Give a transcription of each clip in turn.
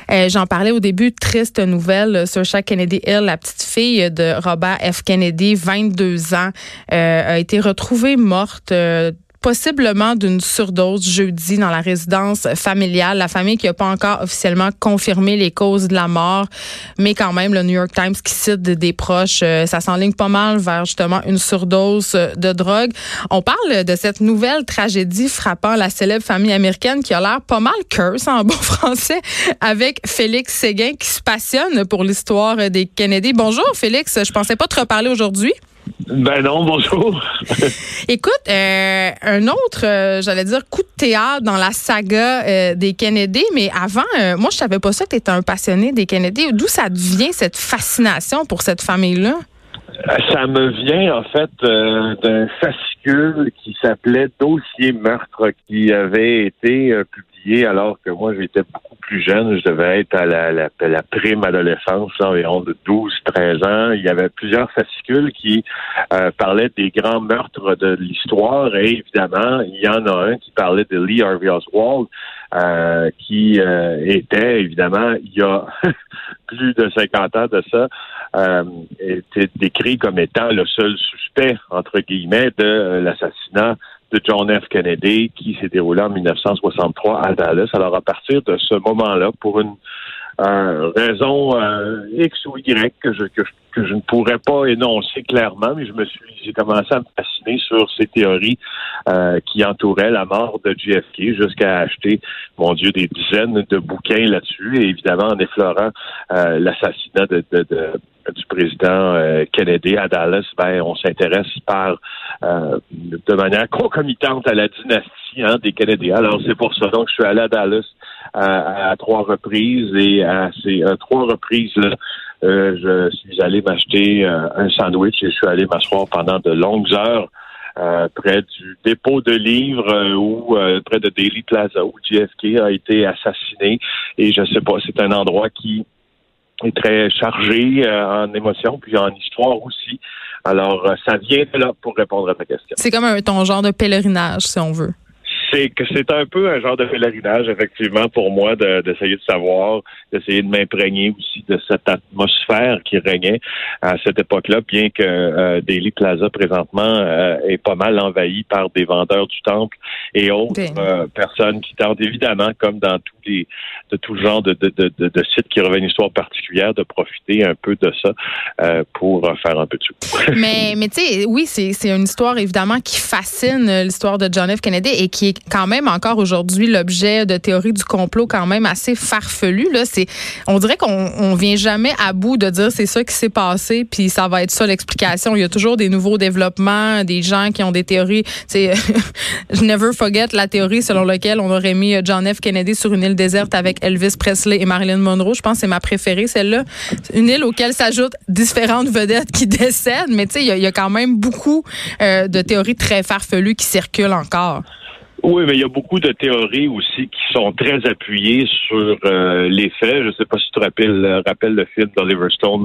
J'en parlais au début, triste nouvelle. Saoirse Kennedy Hill, la petite fille de Robert F. Kennedy, 22 ans, a été retrouvée morte. Possiblement d'une surdose jeudi dans la résidence familiale. La famille qui n'a pas encore officiellement confirmé les causes de la mort, mais quand même, le New York Times qui cite des proches, ça s'enligne pas mal vers justement une surdose de drogue. On parle de cette nouvelle tragédie frappant la célèbre famille américaine qui a l'air pas mal curse en bon français, avec Félix Séguin qui se passionne pour l'histoire des Kennedy. Bonjour Félix, je pensais pas te reparler aujourd'hui. Ben non, bonjour. Écoute, un autre, j'allais dire, coup de théâtre dans la saga des Kennedy, mais avant, moi, je savais pas ça que tu étais un passionné des Kennedy. D'où ça devient cette fascination pour cette famille-là? Ça me vient, en fait, d'un fascicule qui s'appelait Dossier meurtre, qui avait été publié alors que moi, j'étais beaucoup plus jeune. Je devais être à la prime adolescence, environ de 12-13 ans. Il y avait plusieurs fascicules qui parlaient des grands meurtres de l'histoire. Et évidemment, il y en a un qui parlait de Lee Harvey Oswald, qui était, évidemment, il y a plus de 50 ans de ça, était décrit comme étant le seul suspect, entre guillemets, de l'assassinat de John F. Kennedy qui s'est déroulé en 1963 à Dallas. Alors, à partir de ce moment-là, pour une raison X ou Y que je ne pourrais pas énoncer clairement, mais j'ai commencé à me fasciner sur ces théories qui entouraient la mort de JFK jusqu'à acheter, mon Dieu, des dizaines de bouquins là-dessus, et évidemment en effleurant l'assassinat du président Kennedy à Dallas, on s'intéresse de manière concomitante à la dynastie des Kennedy. Alors c'est pour ça donc je suis allé à Dallas à 3 reprises, et à ces 3 reprises-là, je suis allé m'acheter un sandwich et je suis allé m'asseoir pendant de longues heures près du dépôt de livres ou près de Dealey Plaza où JFK a été assassiné. Et je sais pas, c'est un endroit qui est très chargé en émotions puis en histoire aussi. Alors, ça vient de là pour répondre à ta question. C'est comme ton genre de pèlerinage, si on veut. C'est un peu un genre de pèlerinage, effectivement, pour moi, d'essayer de savoir, d'essayer de m'imprégner aussi de cette atmosphère qui régnait à cette époque-là, bien que Dealey Plaza, présentement, est pas mal envahi par des vendeurs du temple et autres personnes qui tentent, évidemment, comme dans tout genre de sites qui revêtent une histoire particulière, de profiter un peu de ça pour faire un peu de sous. Mais tu sais, oui, c'est une histoire, évidemment, qui fascine l'histoire de John F. Kennedy et qui est quand même encore aujourd'hui l'objet de théories du complot quand même assez farfelues. Là, on dirait qu'on vient jamais à bout de dire c'est ça qui s'est passé, puis ça va être ça l'explication. Il y a toujours des nouveaux développements, des gens qui ont des théories. Never forget la théorie selon laquelle on aurait mis John F. Kennedy sur une île déserte avec Elvis Presley et Marilyn Monroe. Je pense que c'est ma préférée, celle-là. Une île auquel s'ajoutent différentes vedettes qui décèdent, mais tu sais, il y a quand même beaucoup de théories très farfelues qui circulent encore. Oui, mais il y a beaucoup de théories aussi qui sont très appuyées sur les faits. Je ne sais pas si tu te rappelles le film d'Oliver Stone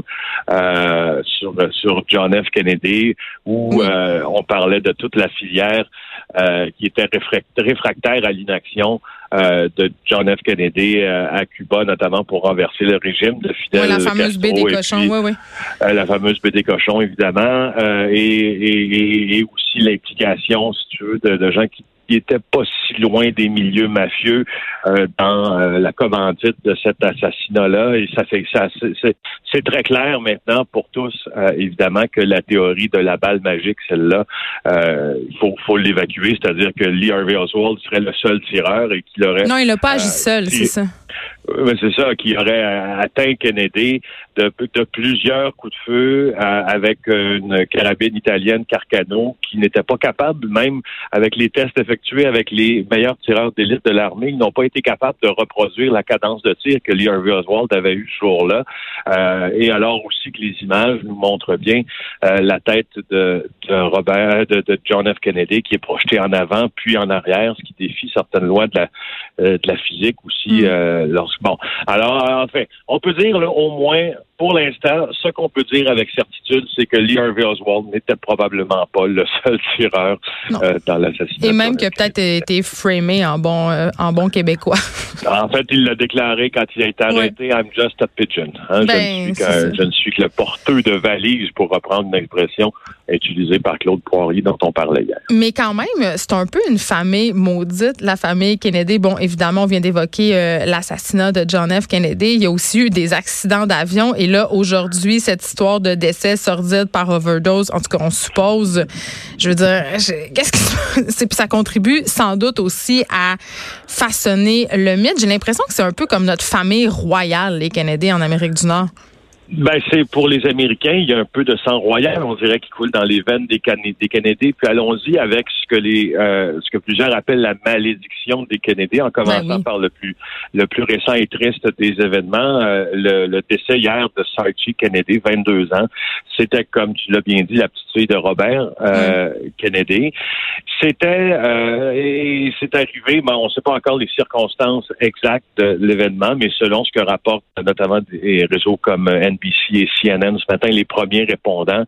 sur John F. Kennedy, où on parlait de toute la filière qui était réfractaire à l'inaction de John F. Kennedy à Cuba, notamment pour renverser le régime de Fidel Castro. La fameuse baie des cochons, oui. La fameuse baie des cochons, évidemment, et aussi l'implication, si tu veux, de gens qui n'étaient pas si loin des milieux mafieux dans la commandite de cet assassinat-là. Et c'est très clair maintenant pour tous, évidemment, que la théorie de la balle magique, celle-là, il faut l'évacuer. C'est-à-dire que Lee Harvey Oswald serait le seul tireur et qu'il aurait... Non, il n'a pas agi seul, c'est ça. C'est ça, qui aurait atteint Kennedy de plusieurs coups de feu avec une carabine italienne Carcano qui n'était pas capable, même avec les tests effectués avec les meilleurs tireurs d'élite de l'armée, ils n'ont pas été capables de reproduire la cadence de tir que Lee Harvey Oswald avait eu ce jour-là. Et alors aussi que les images nous montrent bien la tête de John F. Kennedy qui est projetée en avant puis en arrière, ce qui défie certaines lois de la physique aussi. Bon, alors en fait, on peut dire là, au moins pour l'instant, ce qu'on peut dire avec certitude, c'est que Lee Harvey Oswald n'était probablement pas le seul tireur dans l'assassinat. Et même qu'il a peut-être été framé en bon québécois. En fait, il l'a déclaré quand il a été arrêté, I'm just a pigeon. Je ne suis que le porteur de valise, pour reprendre une expression utilisée par Claude Poirier dont on parlait hier. Mais quand même, c'est un peu une famille maudite, la famille Kennedy. Bon, évidemment, on vient d'évoquer l'assassinat de John F. Kennedy. Il y a aussi eu des accidents d'avion. Et là, aujourd'hui, cette histoire de décès sordide par overdose, en tout cas, on suppose, je veux dire, ça contribue sans doute aussi à façonner le mythe. J'ai l'impression que c'est un peu comme notre famille royale, les Kennedy en Amérique du Nord. Ben, c'est pour les Américains, il y a un peu de sang royal, on dirait, qui coule dans les veines des Kennedy. Puis allons-y avec ce que plusieurs appellent la malédiction des Kennedy, en commençant par le plus récent et triste des événements, le décès hier de Saartjie Kennedy, 22 ans. C'était, comme tu l'as bien dit, la petite fille de Robert Kennedy. Et c'est arrivé, mais on ne sait pas encore les circonstances exactes de l'événement, mais selon ce que rapportent notamment des réseaux comme NBC et CNN ce matin, les premiers répondants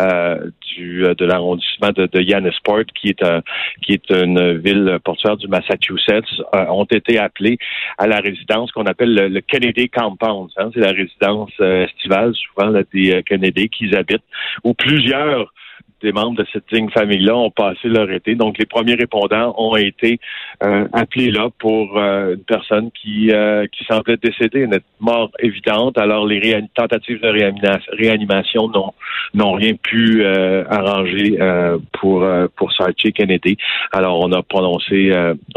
de l'arrondissement de Yannisport, qui est une ville portuaire du Massachusetts, ont été appelés à la résidence qu'on appelle le Kennedy Compound. Hein, c'est la résidence estivale, souvent là, des Kennedy qu'ils habitent, où plusieurs des membres de cette digne famille-là ont passé leur été. Donc, les premiers répondants ont été appelés là pour une personne qui semblait décédée, une mort évidente. Alors, les tentatives de réanimation n'ont rien pu arranger pour Saartjie Kennedy. Alors, on a prononcé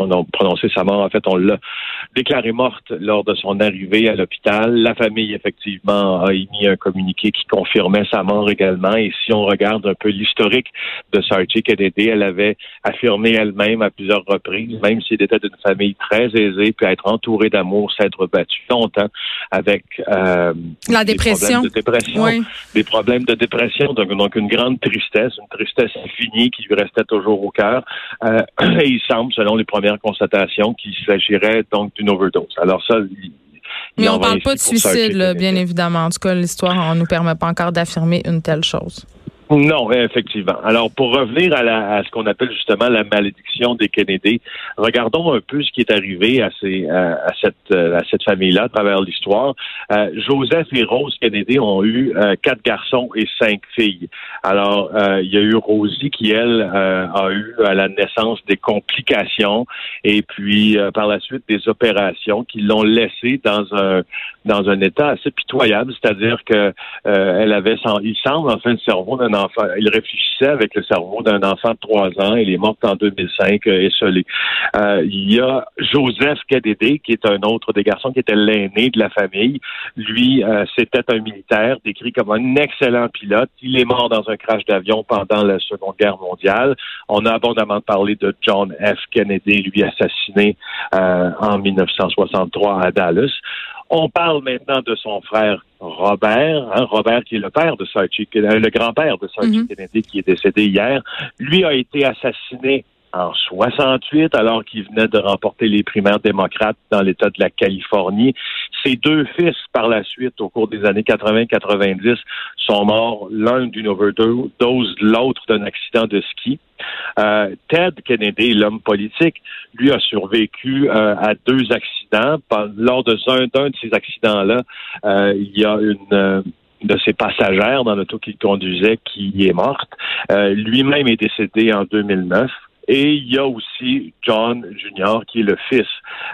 sa mort. En fait, on l'a déclarée morte lors de son arrivée à l'hôpital. La famille, effectivement, a émis un communiqué qui confirmait sa mort également. Et si on regarde un peu l'historique de Saartjie Kennedy, elle avait affirmé elle-même à plusieurs reprises, même si elle était d'une famille très aisée, puis être entourée d'amour, s'être battue longtemps avec la dépression. Des problèmes de dépression, donc une grande tristesse, une tristesse infinie qui lui restait toujours au cœur. Et il semble, selon les premières constatations, qu'il s'agirait donc d'une overdose. Alors ça, mais on ne parle pas de suicide, là, bien évidemment. En tout cas, l'histoire ne nous permet pas encore d'affirmer une telle chose. Non, effectivement. Alors, pour revenir à ce qu'on appelle justement la malédiction des Kennedy, regardons un peu ce qui est arrivé à cette famille-là à travers l'histoire. Joseph et Rose Kennedy ont eu 4 garçons et 5 filles. Alors, il y a eu Rosie qui, elle, a eu à la naissance des complications et puis par la suite des opérations qui l'ont laissée dans un état assez pitoyable, c'est-à-dire que il semble enfin le cerveau d'un enfant. Il réfléchissait avec le cerveau d'un enfant de 3 ans. Il est mort en 2005, esselé. Il y a Joseph Kennedy, qui est un autre des garçons, qui était l'aîné de la famille. Lui, c'était un militaire, décrit comme un excellent pilote. Il est mort dans un crash d'avion pendant la Seconde Guerre mondiale. On a abondamment parlé de John F. Kennedy, lui assassiné en 1963 à Dallas. On parle maintenant de son frère Robert, Robert qui est le père de Saartjie, le grand-père de Saartjie Kennedy, qui est décédé hier. Lui a été assassiné en 68, alors qu'il venait de remporter les primaires démocrates dans l'État de la Californie. Ses 2 fils, par la suite, au cours des années 80-90, sont morts, l'un d'une overdose, l'autre d'un accident de ski. Ted Kennedy, l'homme politique, lui a survécu à 2 accidents. Lors d'un de ces accidents-là, il y a une de ses passagères dans l'auto qu'il conduisait qui est morte. Lui-même est décédé en 2009. Et il y a aussi John Jr., qui est le fils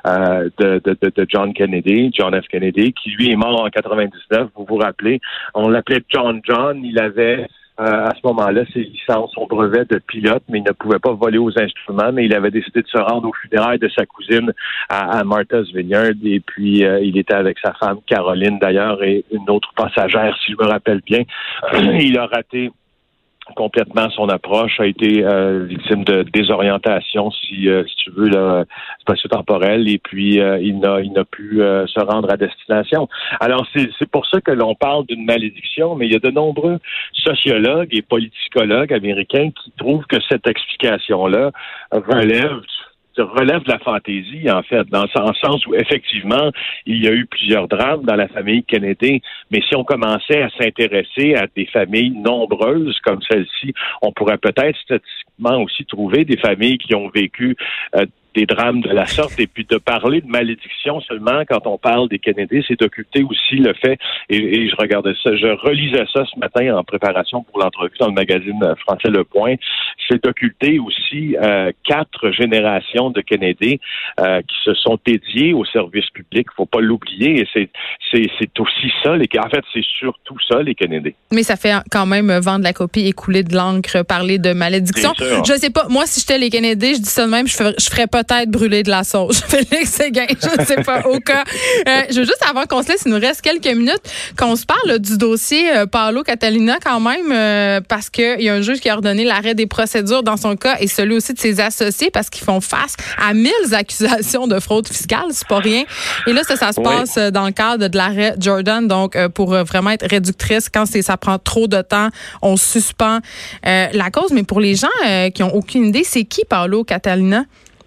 de John Kennedy, John F. Kennedy, qui lui est mort en 99. Vous vous rappelez, on l'appelait John. Il avait à ce moment-là ses licences, son brevet de pilote, mais il ne pouvait pas voler aux instruments, mais il avait décidé de se rendre aux funérailles de sa cousine à Martha's Vineyard, et puis il était avec sa femme Caroline d'ailleurs, et une autre passagère, si je me rappelle bien. Il a raté complètement son approche, a été victime de désorientation, si tu veux, là, spatio-temporelle, et puis il n'a pu se rendre à destination. Alors, c'est pour ça que l'on parle d'une malédiction, mais il y a de nombreux sociologues et politicologues américains qui trouvent que cette explication-là relève relève de la fantaisie, en fait, dans le sens où, effectivement, il y a eu plusieurs drames dans la famille Kennedy, mais si on commençait à s'intéresser à des familles nombreuses comme celle-ci, on pourrait peut-être statistiquement aussi trouver des familles qui ont vécu des drames de la sorte, et puis de parler de malédiction seulement quand on parle des Kennedy, c'est d'occulter aussi le fait, et je regardais ça, je relisais ça ce matin en préparation pour l'entrevue dans le magazine français Le Point, c'est d'occulter aussi 4 générations de Kennedy qui se sont dédiées au service public, faut pas l'oublier, et c'est aussi ça, en fait, c'est surtout ça, les Kennedy. Mais ça fait quand même vendre la copie et couler de l'encre, parler de malédiction. Je sais pas, moi, si j'étais les Kennedy, je dis ça de même, je ferais peut-être brûler de la sauce. Félix Séguin, je ne sais pas, au cas. Je veux juste, avant qu'on se laisse, il nous reste quelques minutes, qu'on se parle du dossier Paolo Catalina quand même, parce qu'il y a un juge qui a ordonné l'arrêt des procédures dans son cas et celui aussi de ses associés parce qu'ils font face à 1000 accusations de fraude fiscale, c'est pas rien. Et là, ça se passe dans le cadre de l'arrêt Jordan, donc pour vraiment être réductrice, quand ça prend trop de temps, on suspend la cause. Mais pour les gens qui ont aucune idée, c'est qui Paolo Catalina?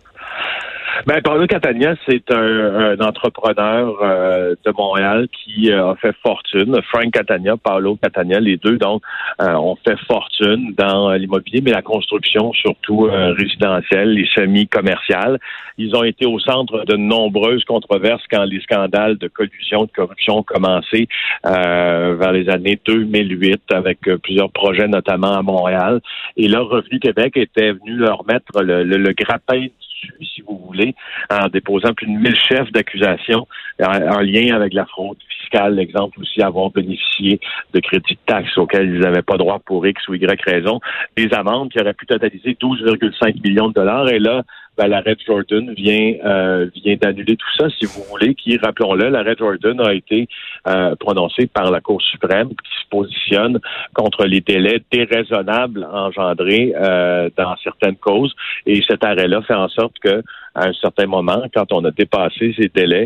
Paolo Catania, c'est un entrepreneur de Montréal qui a fait fortune. Frank Catania, Paolo Catania, les deux, donc, ont fait fortune dans l'immobilier, mais la construction, surtout résidentielle et semi-commerciale. Ils ont été au centre de nombreuses controverses quand les scandales de collusion, de corruption ont commencé vers les années 2008 avec plusieurs projets, notamment à Montréal. Et là, Revenu Québec était venu leur mettre le grappin, si vous voulez, en déposant plus de 1000 chefs d'accusation en lien avec la fraude fiscale. L'exemple aussi, avoir bénéficié de crédits de taxes auxquels ils n'avaient pas droit pour X ou Y raison. Des amendes qui auraient pu totaliser 12,5 millions de dollars. Et là, l'arrêt Jordan vient d'annuler tout ça, si vous voulez, qui, rappelons-le, l'arrêt Jordan a été prononcé par la Cour suprême qui se positionne contre les délais déraisonnables engendrés dans certaines causes. Et cet arrêt-là fait en sorte que, à un certain moment, quand on a dépassé ces délais,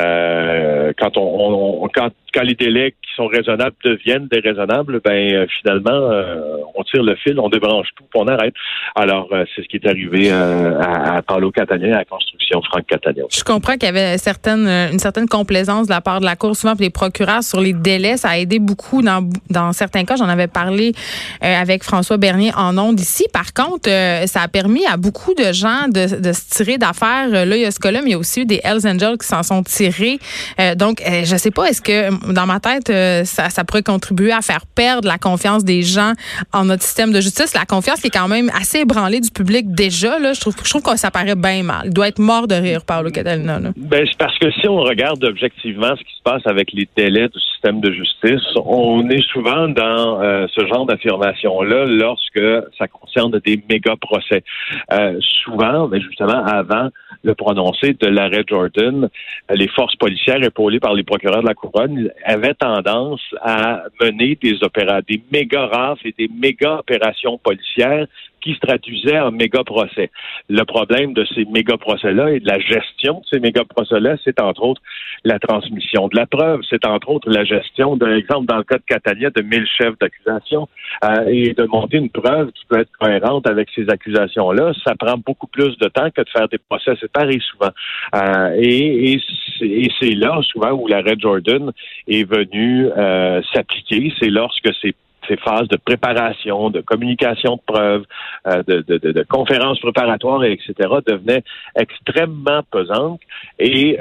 quand les délais qui sont raisonnables deviennent déraisonnables, finalement, on tire le fil, on débranche tout, puis on arrête. Alors, c'est ce qui est arrivé à Paolo Catania et à la construction Frank Catania. Je comprends qu'il y avait une certaine complaisance de la part de la Cour, souvent, pour les procureurs sur les délais. Ça a aidé beaucoup dans certains cas. J'en avais parlé avec François Bernier en ondes ici. Par contre, ça a permis à beaucoup de gens de se tirer d'affaires. Là, il y a ce cas-là, mais il y a aussi eu des Hells Angels qui s'en sont tirés. Donc, je sais pas, est-ce que dans ma tête, ça pourrait contribuer à faire perdre la confiance des gens en notre système de justice, la confiance qui est quand même assez ébranlée du public déjà. Là, je trouve que ça paraît bien mal. Il doit être mort de rire, Paolo Catalina. C'est parce que si on regarde objectivement ce qui se passe avec les délais du système de justice, on est souvent dans ce genre d'affirmation-là lorsque ça concerne des méga procès. Souvent, mais justement avant le prononcé de l'arrêt Jordan, les forces policières épaulées par les procureurs de la Couronne avaient tendance à mener des méga rafles et des méga opérations policières qui se traduisait en méga procès. Le problème de ces méga procès-là et de la gestion de ces méga procès-là, c'est entre autres la transmission de la preuve, c'est entre autres la gestion, par exemple, dans le cas de Catania, de 1000 chefs d'accusation, et de monter une preuve qui peut être cohérente avec ces accusations-là, ça prend beaucoup plus de temps que de faire des procès séparés souvent. Et c'est là, souvent, où l'arrêt Jordan est venu s'appliquer. C'est lorsque ces phases de préparation, de communication de preuves, de conférences préparatoires, etc., devenaient extrêmement pesantes et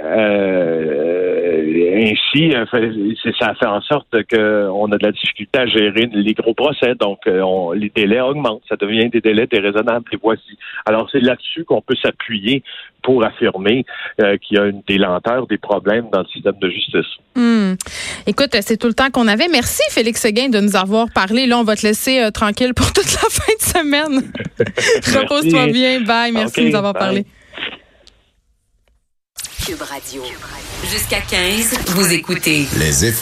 ainsi, ça a fait en sorte qu'on a de la difficulté à gérer les gros procès, donc les délais augmentent, ça devient des délais déraisonnables, les voici. Alors c'est là-dessus qu'on peut s'appuyer pour affirmer qu'il y a des lenteurs, des problèmes dans le système de justice. Écoute, c'est tout le temps qu'on avait. Merci Félix Séguin de nous avoir parlé. Là, on va te laisser tranquille pour toute la fin de semaine. Repose-toi bien. Bye. Merci de nous avoir parlé. Cube Radio. Jusqu'à 15, vous écoutez.